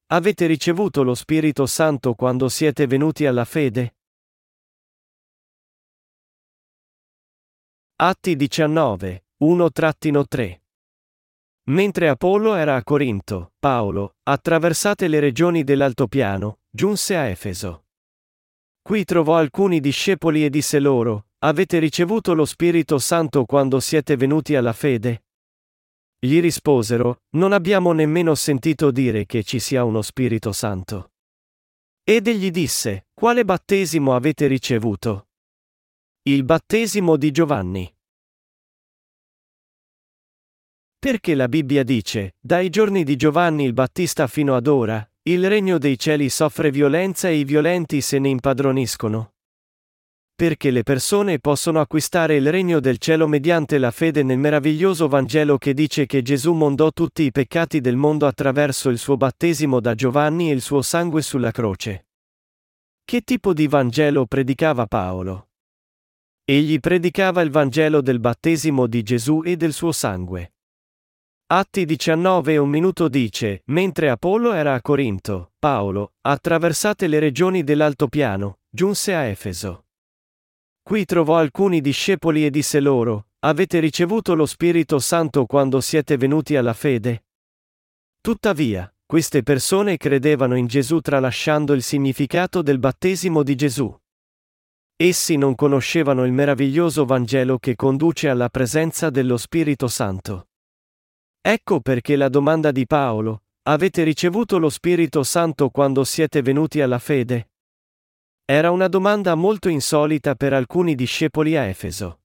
avete ricevuto lo Spirito Santo quando siete venuti alla fede? Atti 19, 1-3. Mentre Apollo era a Corinto, Paolo, attraversate le regioni dell'altopiano, giunse a Efeso. Qui trovò alcuni discepoli e disse loro: avete ricevuto lo Spirito Santo quando siete venuti alla fede? Gli risposero: non abbiamo nemmeno sentito dire che ci sia uno Spirito Santo. Ed egli disse: quale battesimo avete ricevuto? Il battesimo di Giovanni. Perché la Bibbia dice: dai giorni di Giovanni il Battista fino ad ora, il regno dei cieli soffre violenza e i violenti se ne impadroniscono? Perché le persone possono acquistare il regno del cielo mediante la fede nel meraviglioso Vangelo che dice che Gesù mondò tutti i peccati del mondo attraverso il suo battesimo da Giovanni e il suo sangue sulla croce. Che tipo di Vangelo predicava Paolo? Egli predicava il Vangelo del battesimo di Gesù e del suo sangue. Atti 19 un minuto dice: mentre Apollo era a Corinto, Paolo, attraversate le regioni dell'altopiano, giunse a Efeso. Qui trovò alcuni discepoli e disse loro: avete ricevuto lo Spirito Santo quando siete venuti alla fede? Tuttavia, queste persone credevano in Gesù tralasciando il significato del battesimo di Gesù. Essi non conoscevano il meraviglioso Vangelo che conduce alla presenza dello Spirito Santo. Ecco perché la domanda di Paolo: avete ricevuto lo Spirito Santo quando siete venuti alla fede? Era una domanda molto insolita per alcuni discepoli a Efeso.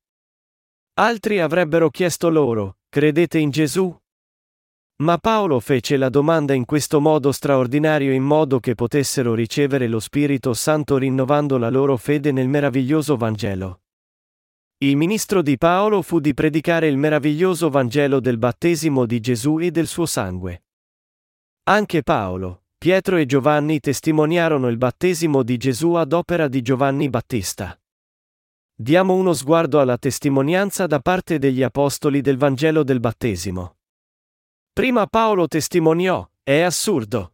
Altri avrebbero chiesto loro: credete in Gesù? Ma Paolo fece la domanda in questo modo straordinario in modo che potessero ricevere lo Spirito Santo rinnovando la loro fede nel meraviglioso Vangelo. Il ministro di Paolo fu di predicare il meraviglioso Vangelo del battesimo di Gesù e del suo sangue. Anche Paolo, Pietro e Giovanni testimoniarono il battesimo di Gesù ad opera di Giovanni Battista. Diamo uno sguardo alla testimonianza da parte degli apostoli del Vangelo del battesimo. Prima Paolo testimoniò: è assurdo.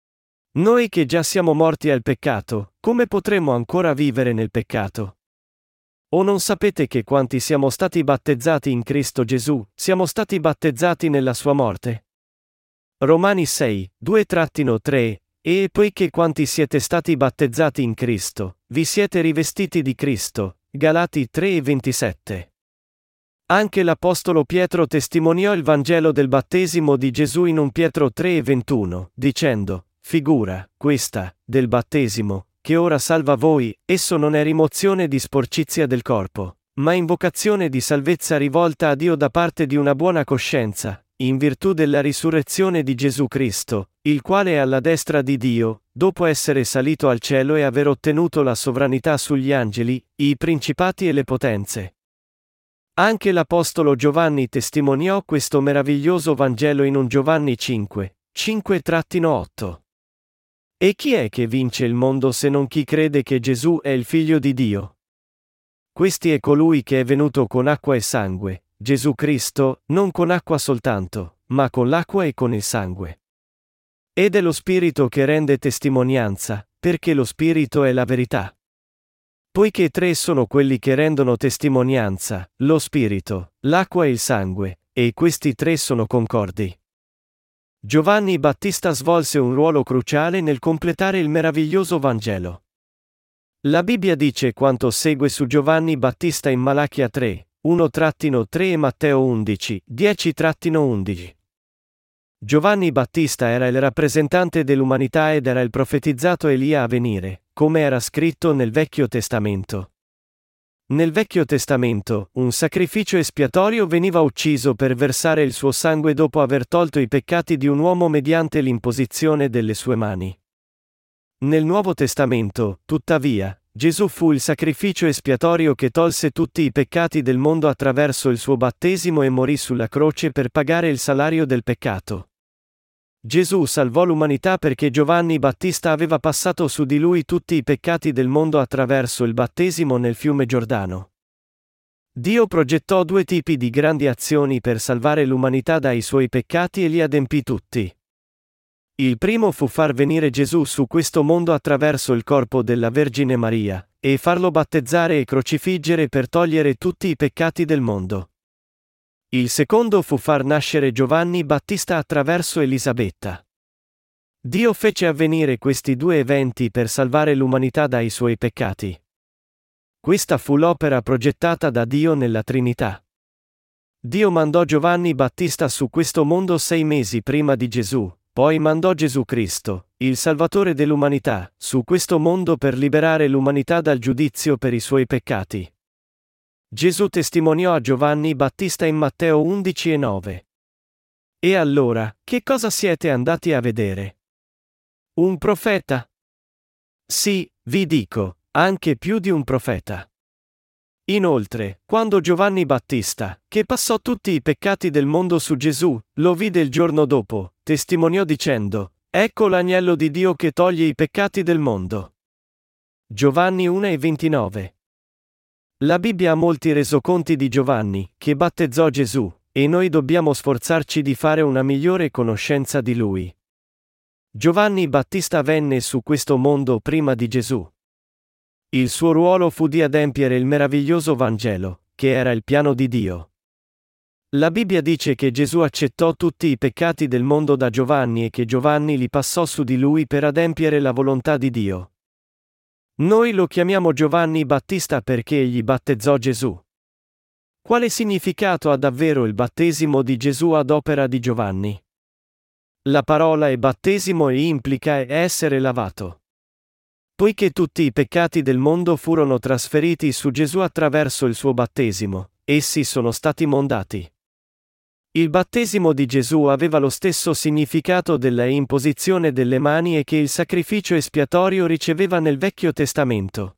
Noi che già siamo morti al peccato, come potremmo ancora vivere nel peccato? O non sapete che quanti siamo stati battezzati in Cristo Gesù, siamo stati battezzati nella sua morte? Romani 6, 2-3, e poiché quanti siete stati battezzati in Cristo, vi siete rivestiti di Cristo, Galati 3:27. Anche l'apostolo Pietro testimoniò il Vangelo del battesimo di Gesù in 1 Pietro 3:21, dicendo: figura, questa, del battesimo, che ora salva voi, esso non è rimozione di sporcizia del corpo, ma invocazione di salvezza rivolta a Dio da parte di una buona coscienza, in virtù della risurrezione di Gesù Cristo, il quale è alla destra di Dio, dopo essere salito al cielo e aver ottenuto la sovranità sugli angeli, i principati e le potenze. Anche l'apostolo Giovanni testimoniò questo meraviglioso Vangelo in 1 Giovanni 5, 5-8. E chi è che vince il mondo se non chi crede che Gesù è il Figlio di Dio? Questi è colui che è venuto con acqua e sangue, Gesù Cristo, non con acqua soltanto, ma con l'acqua e con il sangue. Ed è lo Spirito che rende testimonianza, perché lo Spirito è la verità. Poiché tre sono quelli che rendono testimonianza, lo Spirito, l'acqua e il sangue, e questi tre sono concordi. Giovanni Battista svolse un ruolo cruciale nel completare il meraviglioso Vangelo. La Bibbia dice quanto segue su Giovanni Battista in Malachia 3, 1-3 e Matteo 11, 10-11. Giovanni Battista era il rappresentante dell'umanità ed era il profetizzato Elia a venire, come era scritto nel Vecchio Testamento. Nel Vecchio Testamento, un sacrificio espiatorio veniva ucciso per versare il suo sangue dopo aver tolto i peccati di un uomo mediante l'imposizione delle sue mani. Nel Nuovo Testamento, tuttavia, Gesù fu il sacrificio espiatorio che tolse tutti i peccati del mondo attraverso il suo battesimo e morì sulla croce per pagare il salario del peccato. Gesù salvò l'umanità perché Giovanni Battista aveva passato su di lui tutti i peccati del mondo attraverso il battesimo nel fiume Giordano. Dio progettò due tipi di grandi azioni per salvare l'umanità dai suoi peccati e li adempì tutti. Il primo fu far venire Gesù su questo mondo attraverso il corpo della Vergine Maria, e farlo battezzare e crocifiggere per togliere tutti i peccati del mondo. Il secondo fu far nascere Giovanni Battista attraverso Elisabetta. Dio fece avvenire questi due eventi per salvare l'umanità dai suoi peccati. Questa fu l'opera progettata da Dio nella Trinità. Dio mandò Giovanni Battista su questo mondo 6 mesi prima di Gesù, poi mandò Gesù Cristo, il Salvatore dell'umanità, su questo mondo per liberare l'umanità dal giudizio per i suoi peccati. Gesù testimoniò a Giovanni Battista in Matteo 11:9. E allora, che cosa siete andati a vedere? Un profeta? Sì, vi dico, anche più di un profeta. Inoltre, quando Giovanni Battista, che passò tutti i peccati del mondo su Gesù, lo vide il giorno dopo, testimoniò dicendo: Ecco l'agnello di Dio che toglie i peccati del mondo. Giovanni 1:29. La Bibbia ha molti resoconti di Giovanni, che battezzò Gesù, e noi dobbiamo sforzarci di fare una migliore conoscenza di lui. Giovanni Battista venne su questo mondo prima di Gesù. Il suo ruolo fu di adempiere il meraviglioso Vangelo, che era il piano di Dio. La Bibbia dice che Gesù accettò tutti i peccati del mondo da Giovanni e che Giovanni li passò su di lui per adempiere la volontà di Dio. Noi lo chiamiamo Giovanni Battista perché egli battezzò Gesù. Quale significato ha davvero il battesimo di Gesù ad opera di Giovanni? La parola è battesimo e implica essere lavato. Poiché tutti i peccati del mondo furono trasferiti su Gesù attraverso il suo battesimo, essi sono stati mondati. Il battesimo di Gesù aveva lo stesso significato della imposizione delle mani e che il sacrificio espiatorio riceveva nel Vecchio Testamento.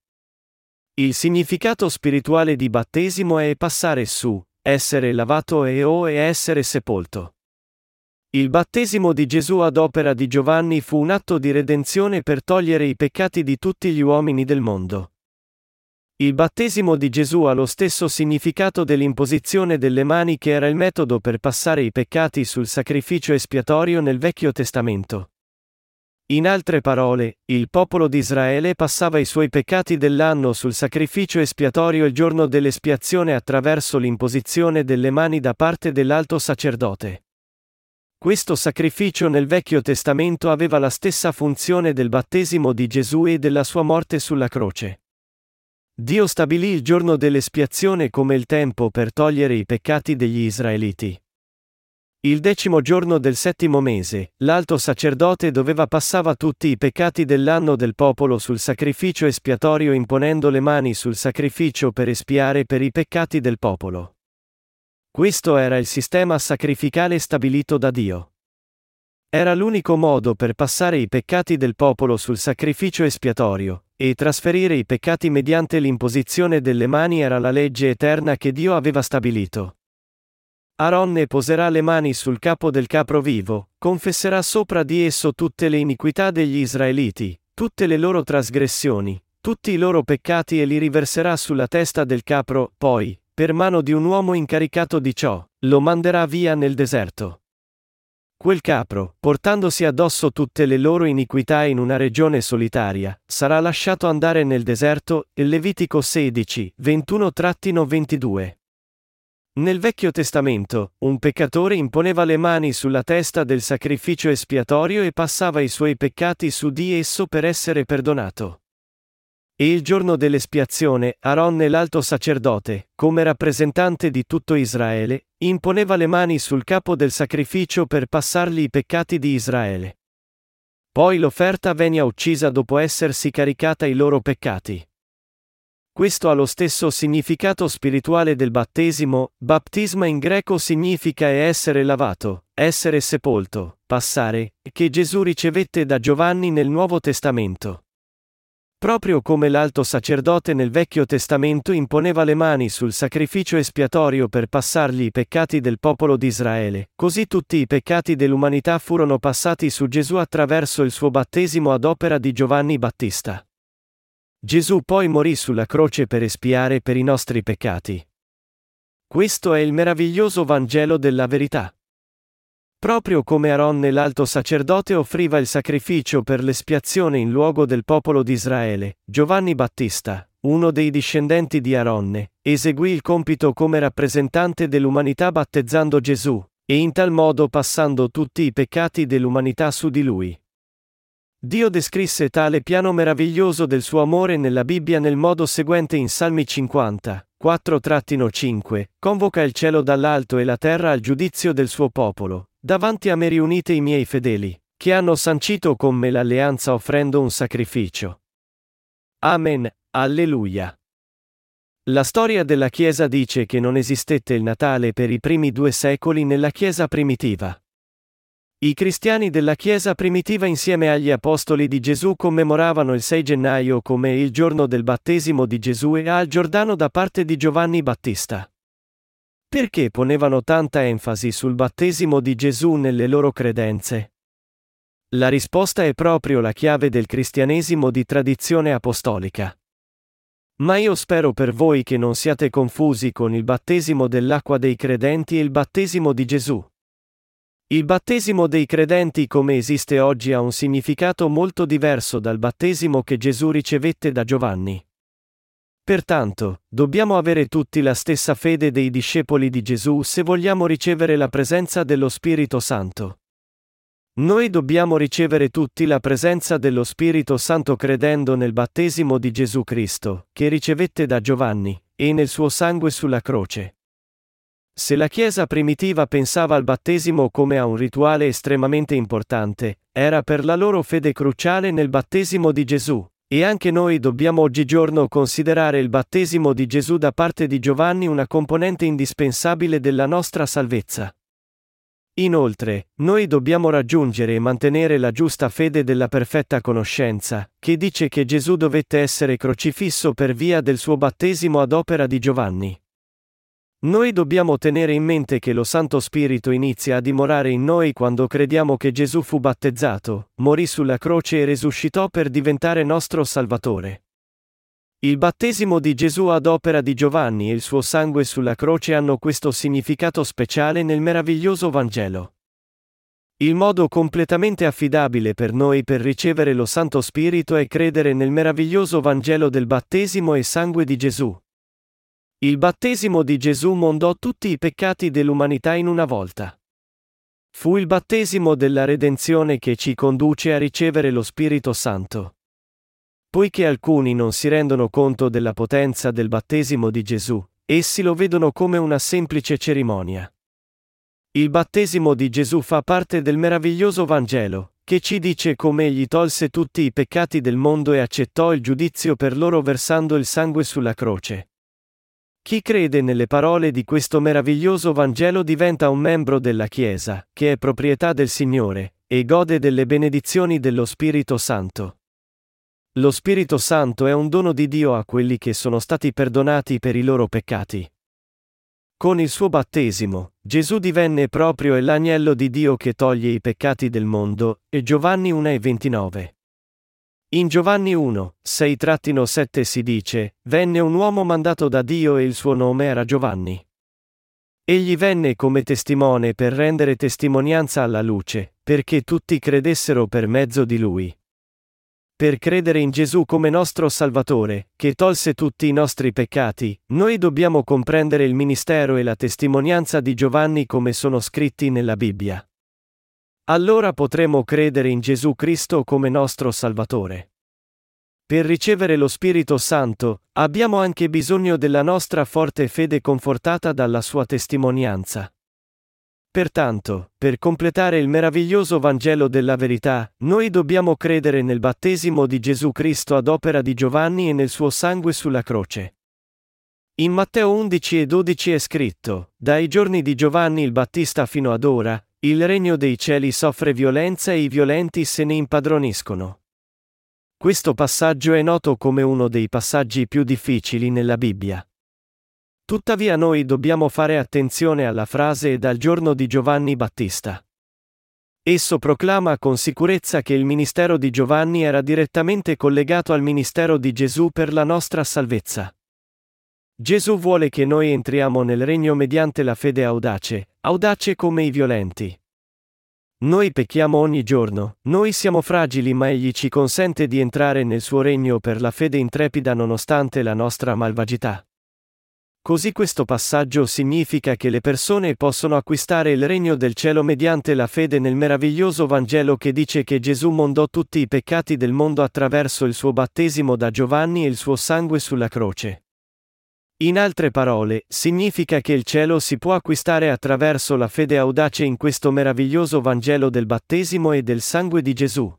Il significato spirituale di battesimo è passare su, essere lavato e essere sepolto. Il battesimo di Gesù ad opera di Giovanni fu un atto di redenzione per togliere i peccati di tutti gli uomini del mondo. Il battesimo di Gesù ha lo stesso significato dell'imposizione delle mani che era il metodo per passare i peccati sul sacrificio espiatorio nel Vecchio Testamento. In altre parole, il popolo di Israele passava i suoi peccati dell'anno sul sacrificio espiatorio il giorno dell'espiazione attraverso l'imposizione delle mani da parte dell'alto sacerdote. Questo sacrificio nel Vecchio Testamento aveva la stessa funzione del battesimo di Gesù e della sua morte sulla croce. Dio stabilì il giorno dell'espiazione come il tempo per togliere i peccati degli israeliti. Il 10° giorno del 7° mese, l'alto sacerdote passava tutti i peccati dell'anno del popolo sul sacrificio espiatorio imponendo le mani sul sacrificio per espiare per i peccati del popolo. Questo era il sistema sacrificale stabilito da Dio. Era l'unico modo per passare i peccati del popolo sul sacrificio espiatorio, e trasferire i peccati mediante l'imposizione delle mani era la legge eterna che Dio aveva stabilito. Aaronne poserà le mani sul capo del capro vivo, confesserà sopra di esso tutte le iniquità degli israeliti, tutte le loro trasgressioni, tutti i loro peccati e li riverserà sulla testa del capro, poi, per mano di un uomo incaricato di ciò, lo manderà via nel deserto. Quel capro, portandosi addosso tutte le loro iniquità in una regione solitaria, sarà lasciato andare nel deserto, Levitico 16, 21-22. Nel Vecchio Testamento, un peccatore imponeva le mani sulla testa del sacrificio espiatorio e passava i suoi peccati su di esso per essere perdonato. E il giorno dell'espiazione, Aaronne l'alto sacerdote, come rappresentante di tutto Israele, imponeva le mani sul capo del sacrificio per passargli i peccati di Israele. Poi l'offerta veniva uccisa dopo essersi caricata i loro peccati. Questo ha lo stesso significato spirituale del battesimo. Baptisma in greco significa essere lavato, essere sepolto, passare, che Gesù ricevette da Giovanni nel Nuovo Testamento. Proprio come l'alto sacerdote nel Vecchio Testamento imponeva le mani sul sacrificio espiatorio per passargli i peccati del popolo di Israele, così tutti i peccati dell'umanità furono passati su Gesù attraverso il suo battesimo ad opera di Giovanni Battista. Gesù poi morì sulla croce per espiare per i nostri peccati. Questo è il meraviglioso Vangelo della verità. Proprio come Aronne l'alto sacerdote offriva il sacrificio per l'espiazione in luogo del popolo di Israele, Giovanni Battista, uno dei discendenti di Aronne, eseguì il compito come rappresentante dell'umanità battezzando Gesù, e in tal modo passando tutti i peccati dell'umanità su di lui. Dio descrisse tale piano meraviglioso del suo amore nella Bibbia nel modo seguente in Salmi 50, 4-5, convoca il cielo dall'alto e la terra al giudizio del suo popolo. Davanti a me riunite i miei fedeli, che hanno sancito con me l'alleanza offrendo un sacrificio. Amen, alleluia. La storia della Chiesa dice che non esistette il Natale per i primi 2 secoli nella Chiesa primitiva. I cristiani della Chiesa primitiva insieme agli apostoli di Gesù commemoravano il 6 gennaio come il giorno del battesimo di Gesù e al Giordano da parte di Giovanni Battista. Perché ponevano tanta enfasi sul battesimo di Gesù nelle loro credenze? La risposta è proprio la chiave del cristianesimo di tradizione apostolica. Ma io spero per voi che non siate confusi con il battesimo dell'acqua dei credenti e il battesimo di Gesù. Il battesimo dei credenti come esiste oggi ha un significato molto diverso dal battesimo che Gesù ricevette da Giovanni. Pertanto, dobbiamo avere tutti la stessa fede dei discepoli di Gesù se vogliamo ricevere la presenza dello Spirito Santo. Noi dobbiamo ricevere tutti la presenza dello Spirito Santo credendo nel battesimo di Gesù Cristo, che ricevette da Giovanni, e nel suo sangue sulla croce. Se la Chiesa primitiva pensava al battesimo come a un rituale estremamente importante, era per la loro fede cruciale nel battesimo di Gesù. E anche noi dobbiamo oggigiorno considerare il battesimo di Gesù da parte di Giovanni una componente indispensabile della nostra salvezza. Inoltre, noi dobbiamo raggiungere e mantenere la giusta fede della perfetta conoscenza, che dice che Gesù dovette essere crocifisso per via del suo battesimo ad opera di Giovanni. Noi dobbiamo tenere in mente che lo Santo Spirito inizia a dimorare in noi quando crediamo che Gesù fu battezzato, morì sulla croce e risuscitò per diventare nostro Salvatore. Il battesimo di Gesù ad opera di Giovanni e il suo sangue sulla croce hanno questo significato speciale nel meraviglioso Vangelo. Il modo completamente affidabile per noi per ricevere lo Santo Spirito è credere nel meraviglioso Vangelo del battesimo e sangue di Gesù. Il battesimo di Gesù mondò tutti i peccati dell'umanità in una volta. Fu il battesimo della redenzione che ci conduce a ricevere lo Spirito Santo. Poiché alcuni non si rendono conto della potenza del battesimo di Gesù, essi lo vedono come una semplice cerimonia. Il battesimo di Gesù fa parte del meraviglioso Vangelo, che ci dice come egli tolse tutti i peccati del mondo e accettò il giudizio per loro versando il sangue sulla croce. Chi crede nelle parole di questo meraviglioso Vangelo diventa un membro della Chiesa, che è proprietà del Signore, e gode delle benedizioni dello Spirito Santo. Lo Spirito Santo è un dono di Dio a quelli che sono stati perdonati per i loro peccati. Con il suo battesimo, Gesù divenne proprio l'agnello di Dio che toglie i peccati del mondo, e Giovanni 1,29. In Giovanni 1, 6-7 si dice, venne un uomo mandato da Dio e il suo nome era Giovanni. Egli venne come testimone per rendere testimonianza alla luce, perché tutti credessero per mezzo di lui. Per credere in Gesù come nostro Salvatore, che tolse tutti i nostri peccati, noi dobbiamo comprendere il ministero e la testimonianza di Giovanni come sono scritti nella Bibbia. Allora potremo credere in Gesù Cristo come nostro Salvatore. Per ricevere lo Spirito Santo, abbiamo anche bisogno della nostra forte fede confortata dalla sua testimonianza. Pertanto, per completare il meraviglioso Vangelo della verità, noi dobbiamo credere nel battesimo di Gesù Cristo ad opera di Giovanni e nel suo sangue sulla croce. In Matteo 11:12 è scritto, dai giorni di Giovanni il Battista fino ad ora, il regno dei cieli soffre violenza e i violenti se ne impadroniscono. Questo passaggio è noto come uno dei passaggi più difficili nella Bibbia. Tuttavia noi dobbiamo fare attenzione alla frase dal giorno di Giovanni Battista. Esso proclama con sicurezza che il ministero di Giovanni era direttamente collegato al ministero di Gesù per la nostra salvezza. Gesù vuole che noi entriamo nel regno mediante la fede audace come i violenti. Noi pecchiamo ogni giorno, noi siamo fragili ma Egli ci consente di entrare nel suo regno per la fede intrepida nonostante la nostra malvagità. Così questo passaggio significa che le persone possono acquistare il regno del cielo mediante la fede nel meraviglioso Vangelo che dice che Gesù mondò tutti i peccati del mondo attraverso il suo battesimo da Giovanni e il suo sangue sulla croce. In altre parole, significa che il cielo si può acquistare attraverso la fede audace in questo meraviglioso Vangelo del battesimo e del sangue di Gesù.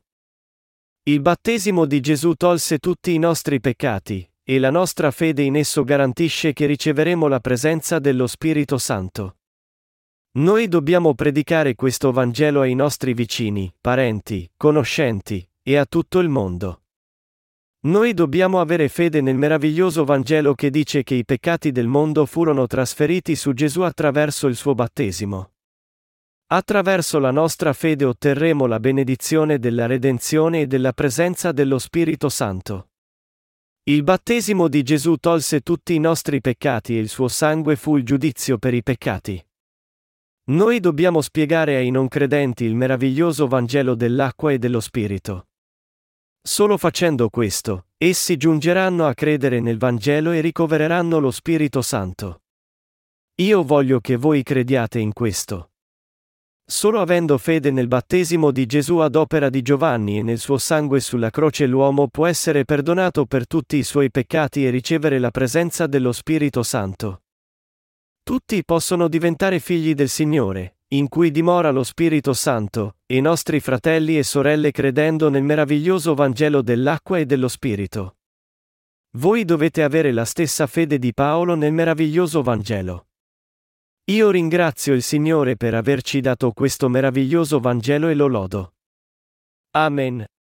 Il battesimo di Gesù tolse tutti i nostri peccati, e la nostra fede in esso garantisce che riceveremo la presenza dello Spirito Santo. Noi dobbiamo predicare questo Vangelo ai nostri vicini, parenti, conoscenti, e a tutto il mondo. Noi dobbiamo avere fede nel meraviglioso Vangelo che dice che i peccati del mondo furono trasferiti su Gesù attraverso il suo battesimo. Attraverso la nostra fede otterremo la benedizione della redenzione e della presenza dello Spirito Santo. Il battesimo di Gesù tolse tutti i nostri peccati e il suo sangue fu il giudizio per i peccati. Noi dobbiamo spiegare ai non credenti il meraviglioso Vangelo dell'acqua e dello Spirito. Solo facendo questo, essi giungeranno a credere nel Vangelo e ricovereranno lo Spirito Santo. Io voglio che voi crediate in questo. Solo avendo fede nel battesimo di Gesù ad opera di Giovanni e nel suo sangue sulla croce l'uomo può essere perdonato per tutti i suoi peccati e ricevere la presenza dello Spirito Santo. Tutti possono diventare figli del Signore, in cui dimora lo Spirito Santo, e nostri fratelli e sorelle credendo nel meraviglioso Vangelo dell'acqua e dello Spirito. Voi dovete avere la stessa fede di Paolo nel meraviglioso Vangelo. Io ringrazio il Signore per averci dato questo meraviglioso Vangelo e lo lodo. Amen.